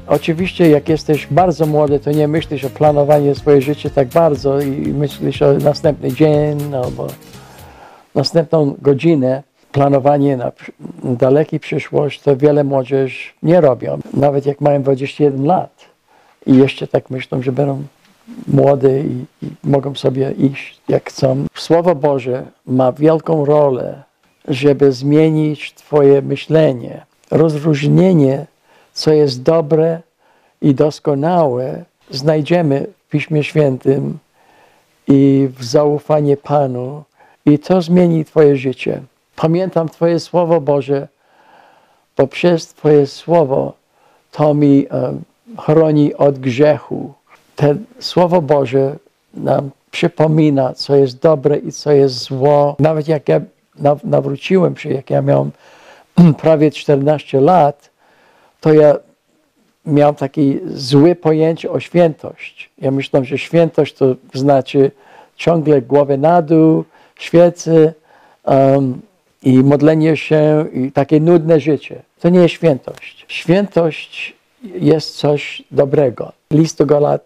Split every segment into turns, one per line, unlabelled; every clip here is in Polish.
Oczywiście jak jesteś bardzo młody, to nie myślisz o planowaniu swojego życia tak bardzo i myślisz o następny dzień albo następną godzinę. Planowanie na daleką przyszłość to wiele młodzież nie robią. Nawet jak mają 21 lat i jeszcze tak myślą, że będą młode i mogą sobie iść jak chcą. Słowo Boże ma wielką rolę, żeby zmienić twoje myślenie. Rozróżnienie, co jest dobre i doskonałe, znajdziemy w Piśmie Świętym i w zaufaniu Panu i to zmieni twoje życie. Pamiętam Twoje Słowo Boże, bo przez Twoje Słowo to mi chroni od grzechu. To Słowo Boże nam przypomina, co jest dobre i co jest zło. Nawet jak ja nawróciłem się, jak ja miałem prawie 14 lat, to ja miałem takie złe pojęcie o świętość. Ja myślałem, że świętość to znaczy ciągle głowę na dół, świece i modlenie się i takie nudne życie. To nie jest świętość. Świętość jest coś dobrego. List do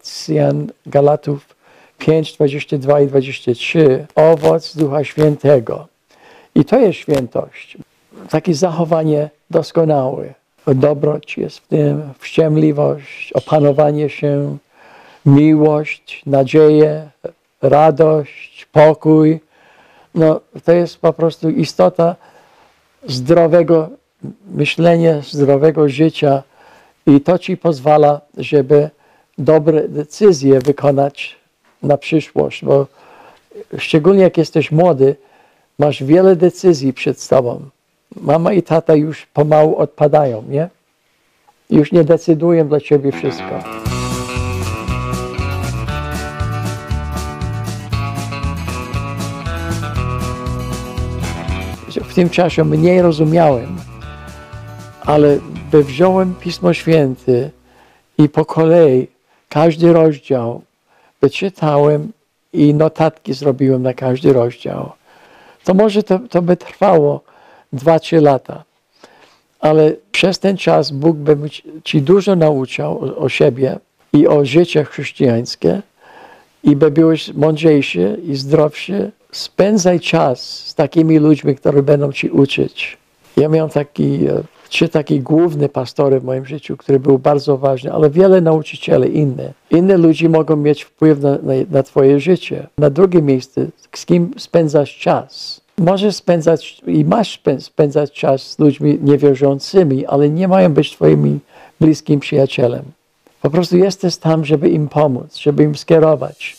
Galatów 5, 22 i 23. Owoc Ducha Świętego. I to jest świętość. Takie zachowanie doskonałe. Dobroć jest w tym, wściemliwość, opanowanie się, miłość, nadzieję, radość, pokój. No, to jest po prostu istota zdrowego myślenia, zdrowego życia i to ci pozwala, żeby dobre decyzje wykonać na przyszłość, bo szczególnie jak jesteś młody, masz wiele decyzji przed tobą. Mama i tata już pomału odpadają, nie? Już nie decydują dla ciebie wszystko. W tym czasie mniej rozumiałem, ale wziąłem Pismo Święte i po kolei każdy rozdział wyczytałem i notatki zrobiłem na każdy rozdział. To może to by trwało 2-3 lata, ale przez ten czas Bóg by ci dużo nauczał o siebie i o życiu chrześcijańskie i by byłeś mądrzejszy i zdrowszy. Spędzaj czas z takimi ludźmi, którzy będą ci uczyć. Ja miałem trzy takie główne pastory w moim życiu, które były bardzo ważne, ale wiele nauczycieli inne. Inne ludzie mogą mieć wpływ na twoje życie. Na drugie miejsce, z kim spędzasz czas. Możesz spędzać i masz spędzać czas z ludźmi niewierzącymi, ale nie mają być twoimi bliskim przyjacielem. Po prostu jesteś tam, żeby im pomóc, żeby im skierować.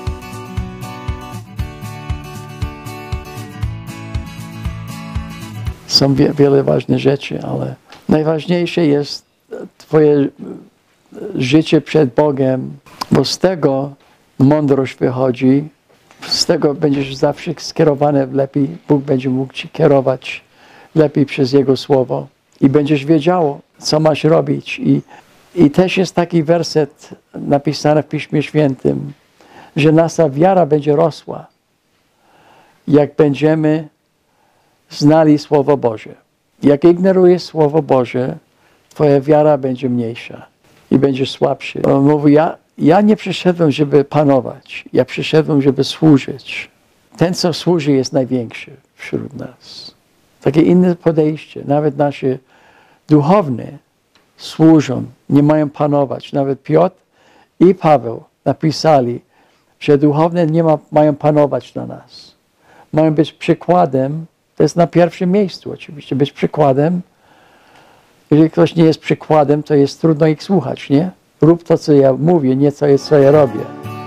Są wiele ważnych rzeczy, ale najważniejsze jest twoje życie przed Bogiem, bo z tego mądrość wychodzi, z tego będziesz zawsze skierowany lepiej, Bóg będzie mógł ci kierować lepiej przez Jego Słowo i będziesz wiedział, co masz robić. I też jest taki werset napisany w Piśmie Świętym, że nasza wiara będzie rosła, jak będziemy znali Słowo Boże. Jak ignorujesz Słowo Boże, twoja wiara będzie mniejsza i będziesz słabszy. On mówi, ja nie przyszedłem, żeby panować. Ja przyszedłem, żeby służyć. Ten, co służy, jest największy wśród nas. Takie inne podejście. Nawet nasze duchowne służą, nie mają panować. Nawet Piotr i Paweł napisali, że duchowne nie mają panować na nas. Mają być przykładem. To jest na pierwszym miejscu oczywiście, być przykładem. Jeżeli ktoś nie jest przykładem, to jest trudno ich słuchać, nie? Rób to, co ja mówię, nie co ja robię.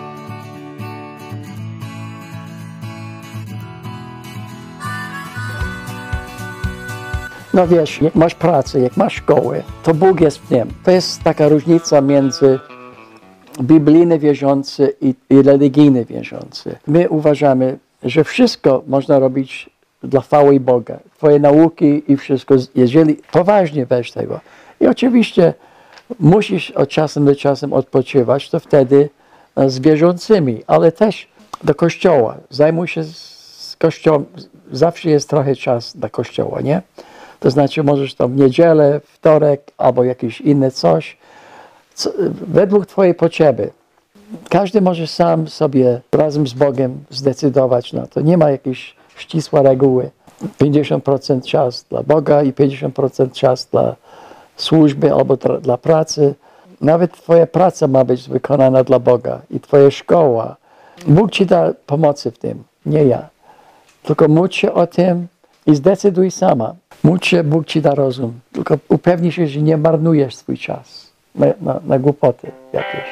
No wiesz, jak masz pracę, jak masz szkołę, to Bóg jest w tym. To jest taka różnica między biblijny wierzący i religijny wierzący. My uważamy, że wszystko można robić dla chwały Boga. Twoje nauki i wszystko, jeżeli poważnie weź tego. I oczywiście musisz od czasem do czasem odpoczywać, to wtedy z wierzącymi, ale też do Kościoła. Zajmuj się z Kościołem. Zawsze jest trochę czas dla Kościoła, nie? To znaczy możesz tam w niedzielę, wtorek albo jakieś inne coś według twojej potrzeby. Każdy może sam sobie razem z Bogiem zdecydować na to. Nie ma jakiejś ścisłej reguły. 50% czas dla Boga i 50% czas dla służby albo dla pracy. Nawet twoja praca ma być wykonana dla Boga i twoja szkoła. Bóg ci da pomocy w tym, nie ja. Tylko módl się o tym i zdecyduj sama. Módl się, Bóg ci da rozum. Tylko upewnij się, że nie marnujesz swój czas na głupoty jakieś.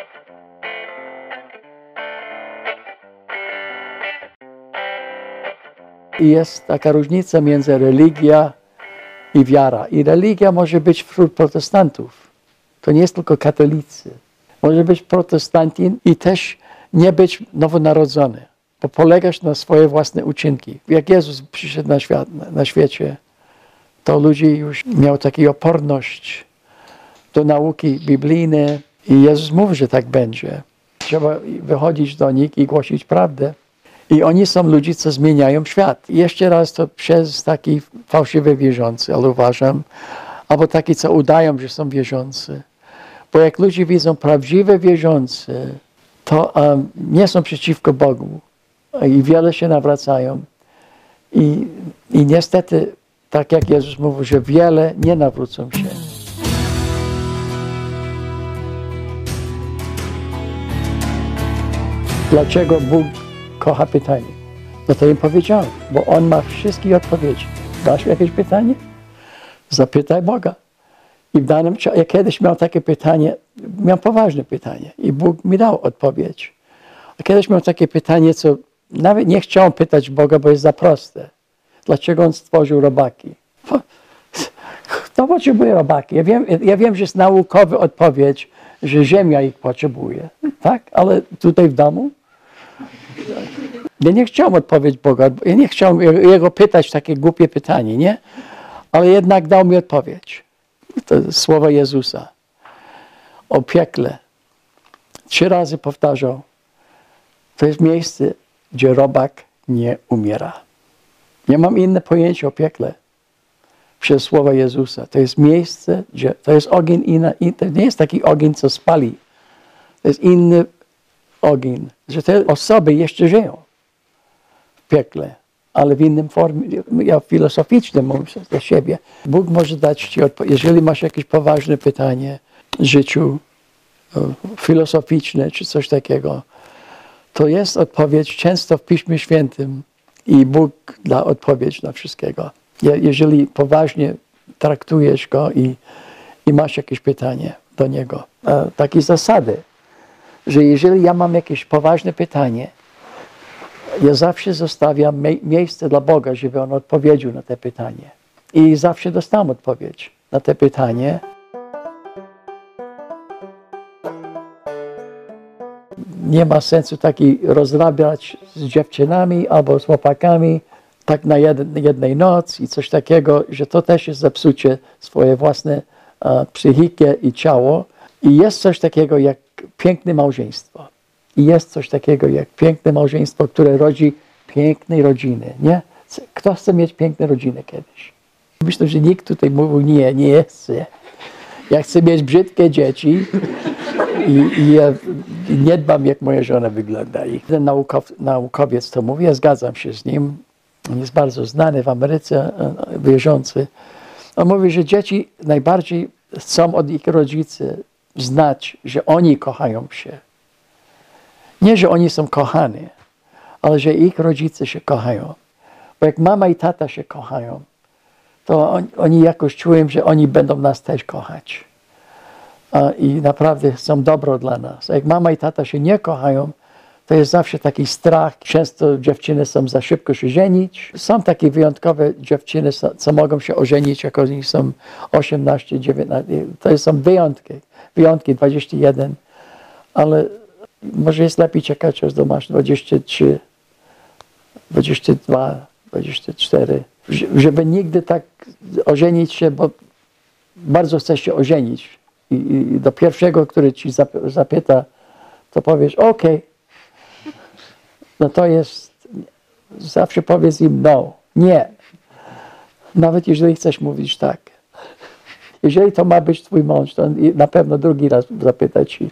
I jest taka różnica między religia i wiara. I religia może być wśród protestantów. To nie jest tylko katolicy. Może być protestantin i też nie być nowonarodzony, bo polegasz na swoje własne uczynki. Jak Jezus przyszedł na świecie, to ludzi już miał taką oporność do nauki biblijnej i Jezus mówi, że tak będzie. Trzeba wychodzić do nich i głosić prawdę. I oni są ludzie, co zmieniają świat. I jeszcze raz to przez taki fałszywy wierzący, ale uważam, albo taki, co udają, że są wierzący. Bo jak ludzie widzą prawdziwe wierzący, to nie są przeciwko Bogu i wiele się nawracają. I niestety, tak jak Jezus mówił, że wiele nie nawrócą się. Dlaczego Bóg kocha pytanie? No to im powiedziałem, bo On ma wszystkie odpowiedzi. Masz jakieś pytanie? Zapytaj Boga. I w danym czasie, ja kiedyś miałem takie pytanie, miałem poważne pytanie i Bóg mi dał odpowiedź. A kiedyś miałem takie pytanie, co nawet nie chciałem pytać Boga, bo jest za proste. Dlaczego On stworzył robaki? Kto potrzebuje robaki? Ja wiem, że jest naukowa odpowiedź, że Ziemia ich potrzebuje. Tak? Ale tutaj w domu? Ja nie chciałem odpowiedzieć Boga, ja nie chciałem Jego pytać takie głupie pytanie, nie? Ale jednak dał mi odpowiedź. To słowa Jezusa o piekle. 3 razy powtarzał. To jest miejsce, gdzie robak nie umiera. Nie mam inne pojęcie o piekle przez słowa Jezusa. To jest miejsce, gdzie to jest ogień to nie jest taki ogień, co spali. To jest inny ogień, że te osoby jeszcze żyją w piekle, ale w innym formie. Ja filozoficznie mówię dla siebie. Bóg może dać ci odpowiedź. Jeżeli masz jakieś poważne pytanie w życiu, filozoficzne czy coś takiego, to jest odpowiedź często w Piśmie Świętym i Bóg da odpowiedź na wszystkiego. Jeżeli poważnie traktujesz Go i masz jakieś pytanie do Niego. Takie zasady, że jeżeli ja mam jakieś poważne pytanie, ja zawsze zostawiam miejsce dla Boga, żeby On odpowiedział na te pytanie. I zawsze dostałem odpowiedź na te pytanie. Nie ma sensu taki rozrabiać z dziewczynami albo z chłopakami tak na jednej nocy i coś takiego, że to też jest zepsucie swoje własne psychikę i ciało. I jest coś takiego jak piękne małżeństwo. I jest coś takiego jak piękne małżeństwo, które rodzi piękne rodziny. Nie? Kto chce mieć piękne rodziny kiedyś? Myślę, że nikt tutaj mówił nie chcę. Ja chcę mieć brzydkie dzieci i ja nie dbam, jak moja żona wygląda. I ten naukowiec to mówi, ja zgadzam się z nim. On jest bardzo znany w Ameryce, wierzący. On mówi, że dzieci najbardziej chcą od ich rodziców znać, że oni kochają się. Nie, że oni są kochani, ale że ich rodzice się kochają. Bo jak mama i tata się kochają, to oni jakoś czują, że oni będą nas też kochać. I naprawdę są dobro dla nas. A jak mama i tata się nie kochają, to jest zawsze taki strach. Często dziewczyny są za szybko się żenić. Są takie wyjątkowe dziewczyny, co mogą się ożenić, jak oni są 18, 19. To są wyjątki 21. Ale może jest lepiej czekać, aż masz 23, 22, 24. Żeby nigdy tak ożenić się, bo bardzo chcesz się ożenić. I do pierwszego, który ci zapyta, to powiesz okej. No to jest, zawsze powiedz im no, nie. Nawet jeżeli chcesz mówić tak. Jeżeli to ma być twój mąż, to na pewno drugi raz zapyta ci.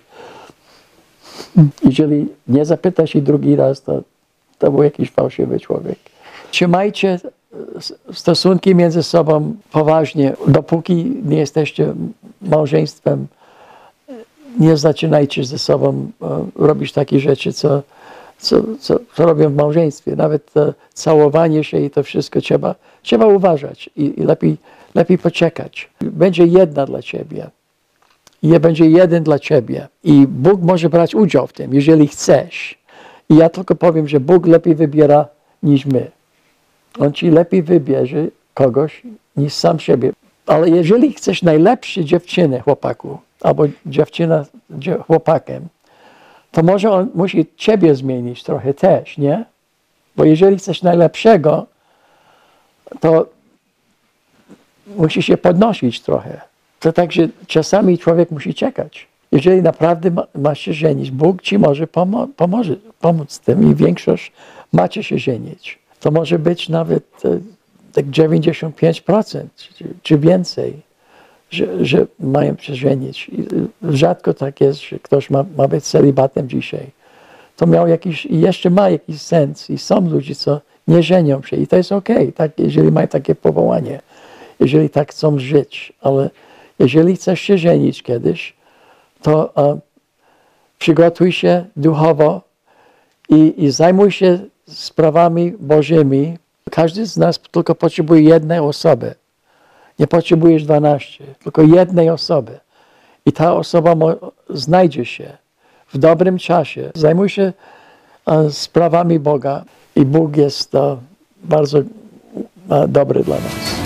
Jeżeli nie zapyta się drugi raz, to był jakiś fałszywy człowiek. Trzymajcie stosunki między sobą poważnie. Dopóki nie jesteście małżeństwem, nie zaczynajcie ze sobą robić takie rzeczy, co robią w małżeństwie. Nawet całowanie się i to wszystko trzeba uważać i lepiej poczekać. Będzie jedna dla ciebie. I będzie jeden dla ciebie. I Bóg może brać udział w tym, jeżeli chcesz. I ja tylko powiem, że Bóg lepiej wybiera niż my. On ci lepiej wybierze kogoś niż sam siebie. Ale jeżeli chcesz najlepszą dziewczynę, chłopaku, albo dziewczyna chłopakiem, to może on musi ciebie zmienić trochę też, nie? Bo jeżeli chcesz najlepszego, to musi się podnosić trochę. To także czasami człowiek musi czekać. Jeżeli naprawdę masz się żenić, Bóg ci może pomóc z tym i większość macie się żenić. To może być nawet tak 95% czy więcej, że mają się żenić. I rzadko tak jest, że ktoś ma być celibatem dzisiaj. To miał jakiś, i jeszcze ma jakiś sens. I są ludzie, co nie żenią się. I to jest okej, tak, jeżeli mają takie powołanie. Jeżeli tak chcą żyć. Ale jeżeli chcesz się żenić kiedyś, to przygotuj się duchowo i zajmuj się sprawami Bożymi. Każdy z nas tylko potrzebuje jednej osoby. Nie potrzebujesz 12, tylko jednej osoby. I ta osoba znajdzie się w dobrym czasie. Zajmuj się sprawami Boga i Bóg jest bardzo dobry dla nas.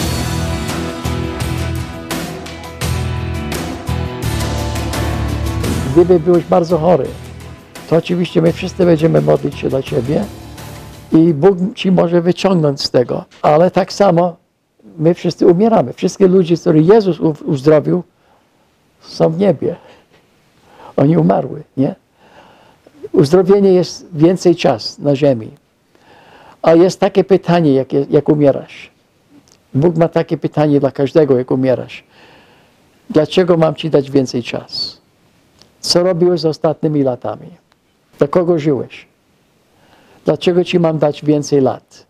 Gdyby byłeś bardzo chory, to oczywiście my wszyscy będziemy modlić się dla ciebie i Bóg ci może wyciągnąć z tego. Ale tak samo my wszyscy umieramy. Wszystkie ludzie, których Jezus uzdrowił, są w niebie. Oni umarły, nie? Uzdrowienie jest więcej czasu na ziemi. A jest takie pytanie, jak umierasz. Bóg ma takie pytanie dla każdego, jak umierasz. Dlaczego mam ci dać więcej czasu? Co robiłeś z ostatnimi latami? Dla kogo żyłeś? Dlaczego ci mam dać więcej lat?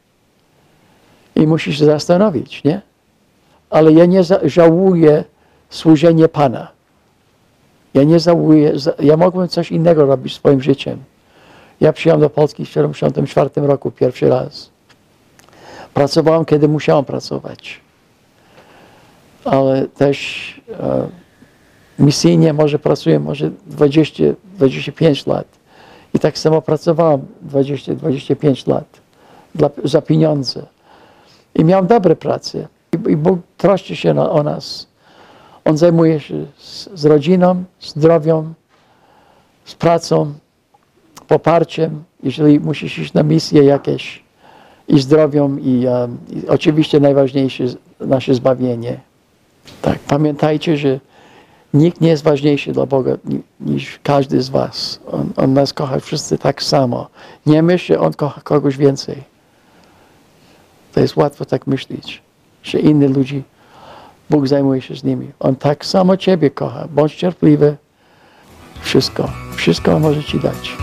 I musisz się zastanowić, nie? Ale ja nie żałuję służenia Pana. Ja nie żałuję, ja mogłem coś innego robić swoim życiem. Ja przyjechałem do Polski w 1974 roku pierwszy raz. Pracowałem, kiedy musiałem pracować. Ale też misyjnie może pracuję 20-25 lat. I tak samo pracowałem 20-25 lat za pieniądze. I miałem dobre prace. I Bóg troszczy się o nas. On zajmuje się z rodziną, zdrowiem, z pracą, poparciem, jeżeli musisz iść na misje jakieś, i zdrowiem, i oczywiście najważniejsze nasze zbawienie. Tak, pamiętajcie, że nikt nie jest ważniejszy dla Boga niż każdy z was. On nas kocha wszyscy tak samo. Nie myśl, że On kocha kogoś więcej. To jest łatwo tak myśleć, że inni ludzie, Bóg zajmuje się z nimi. On tak samo ciebie kocha. Bądź cierpliwy. Wszystko On może ci dać.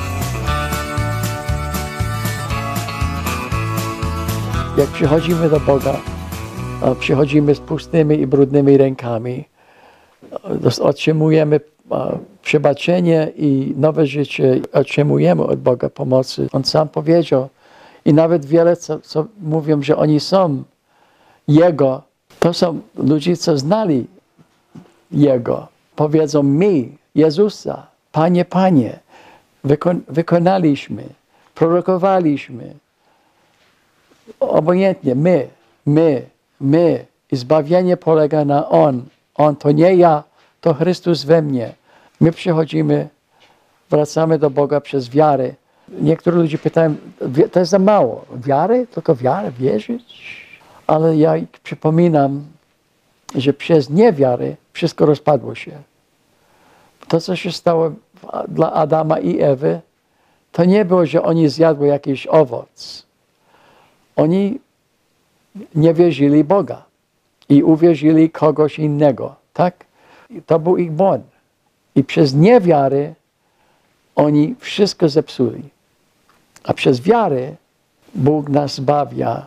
Jak przychodzimy do Boga, przychodzimy z pustymi i brudnymi rękami, otrzymujemy przebaczenie i nowe życie, otrzymujemy od Boga pomocy. On sam powiedział, i nawet wiele, co mówią, że oni są Jego, to są ludzie, co znali Jego. Powiedzą mi, Jezusa, Panie, Panie, wykonaliśmy, prorokowaliśmy. Obojętnie, my. I zbawienie polega na On. On to nie ja, to Chrystus we mnie. My przychodzimy, wracamy do Boga przez wiarę. Niektórzy ludzie pytają, to jest za mało. Wiary? Tylko wiarę? Wierzyć? Ale ja przypominam, że przez niewiarę wszystko rozpadło się. To, co się stało dla Adama i Ewy, to nie było, że oni zjadły jakiś owoc. Oni nie wierzyli Boga. i uwierzyli kogoś innego, tak? I to był ich błąd. I przez niewiarę oni wszystko zepsuli. A przez wiarę Bóg nas zbawia.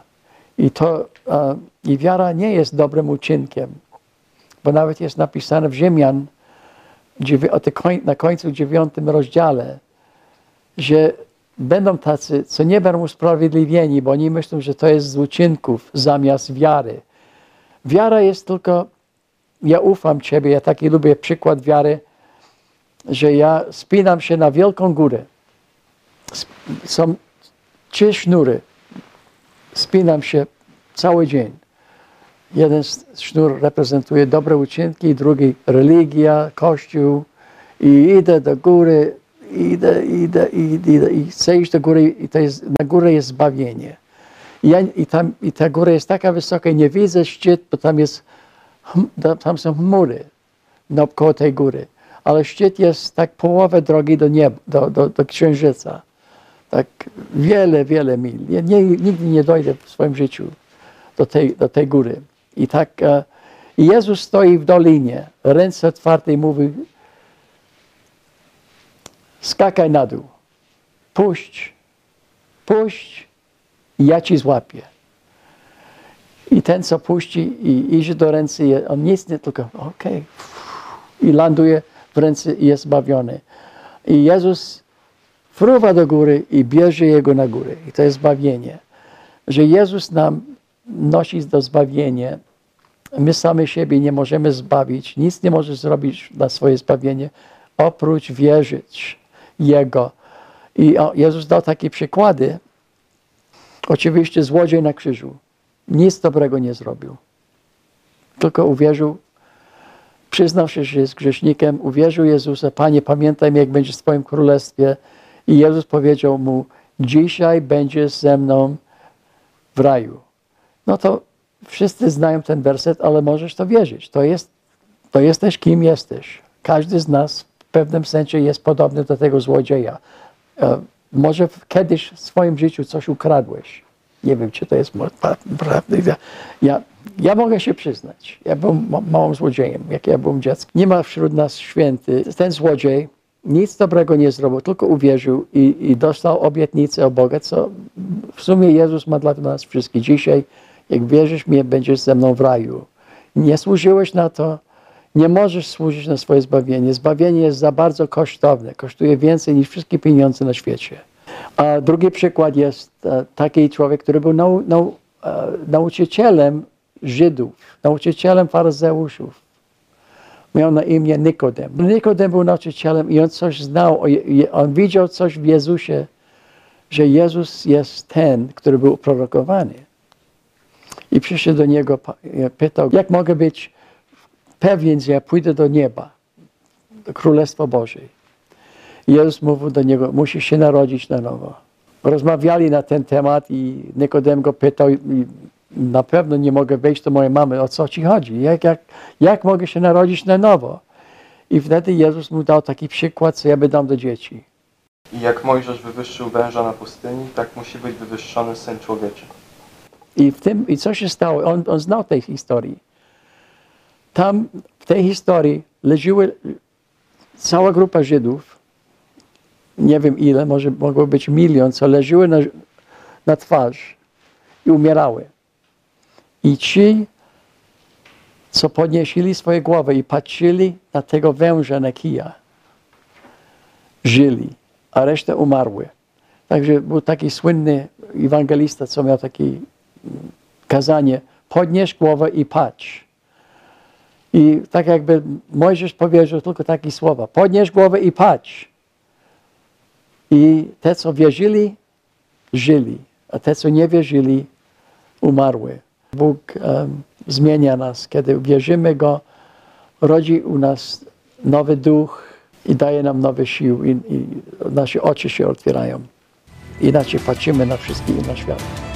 I wiara nie jest dobrym uczynkiem. Bo nawet jest napisane w Rzymian, na końcu 9 rozdziale, że będą tacy, co nie będą usprawiedliwieni, bo oni myślą, że to jest z uczynków zamiast wiary. Wiara jest tylko, ja ufam Ciebie, ja taki lubię przykład wiary, że ja spinam się na wielką górę. Są 3 sznury. Spinam się cały dzień. Jeden sznur reprezentuje dobre uczynki, drugi religia, Kościół. I idę do góry, idę i chcę iść do góry i na górę jest zbawienie. I ta góra jest taka wysoka i nie widzę szczyt, bo tam są chmury naokoło tej góry. Ale szczyt jest tak połowę drogi do nieba, do księżyca. Tak wiele mil. Ja nigdy nie dojdę w swoim życiu do tej góry. I Jezus stoi w dolinie, ręce otwarte i mówi: skakaj na dół, puść, i ja Ci złapię. I ten, co puści i idzie do ręce, on nic nie, tylko okej. I ląduje w ręce i jest zbawiony. I Jezus fruwa do góry i bierze jego na górę. I to jest zbawienie. Że Jezus nam nosi do zbawienia. My sami siebie nie możemy zbawić. Nic nie możesz zrobić na swoje zbawienie, oprócz wierzyć Jego. I Jezus dał takie przykłady. Oczywiście złodziej na krzyżu. Nic dobrego nie zrobił. Tylko uwierzył, przyznał się, że jest grzesznikiem, uwierzył Jezusa: Panie, pamiętaj mnie, jak będziesz w Twoim królestwie. I Jezus powiedział mu: dzisiaj będziesz ze mną w raju. No to wszyscy znają ten werset, ale możesz to wierzyć. To jesteś, kim jesteś. Każdy z nas w pewnym sensie jest podobny do tego złodzieja. Może kiedyś w swoim życiu coś ukradłeś. Nie wiem, czy to jest prawda. Ja mogę się przyznać. Ja byłem małym złodziejem, jak ja byłem dzieckiem. Nie ma wśród nas święty. Ten złodziej nic dobrego nie zrobił, tylko uwierzył i dostał obietnicę od Boga, co w sumie Jezus ma dla nas wszystkich. Dzisiaj, jak wierzysz mnie, będziesz ze mną w raju. Nie służyłeś na to, nie możesz służyć na swoje zbawienie. Zbawienie jest za bardzo kosztowne. Kosztuje więcej niż wszystkie pieniądze na świecie. A drugi przykład jest taki człowiek, który był nauczycielem Żydów, nauczycielem faryzeuszów. Miał na imię Nikodem. Nikodem był nauczycielem i on coś znał. On widział coś w Jezusie, że Jezus jest ten, który był prorokowany. I przyszedł do niego, pytał: jak mogę być pewien, że ja pójdę do nieba, do Królestwa Bożej? I Jezus mówił do niego: musisz się narodzić na nowo. Rozmawiali na ten temat i Nikodem go pytał: na pewno nie mogę wejść do mojej mamy, o co ci chodzi? Jak mogę się narodzić na nowo? I wtedy Jezus mu dał taki przykład, co ja by dam do dzieci.
I jak Mojżesz wywyższył węża na pustyni, tak musi być wywyższony Syn Człowieczy.
I co się stało? On znał tej historii. Tam w tej historii leżyła cała grupa Żydów, nie wiem ile, może mogło być 1 milion, co leżyły na twarz i umierały. I ci, co podnieśli swoje głowy i patrzyli na tego węża, na kija, żyli, a reszta umarły. Także był taki słynny ewangelista, co miał takie kazanie: podnieś głowę i patrz. I tak jakby Mojżesz powiedział tylko takie słowa: podnieś głowę i patrz. I te, co wierzyli, żyli, a te, co nie wierzyli, umarły. Bóg zmienia nas, kiedy wierzymy Go, rodzi u nas nowy duch i daje nam nowe siły i nasze oczy się otwierają. Inaczej patrzymy na wszystkie inne światy.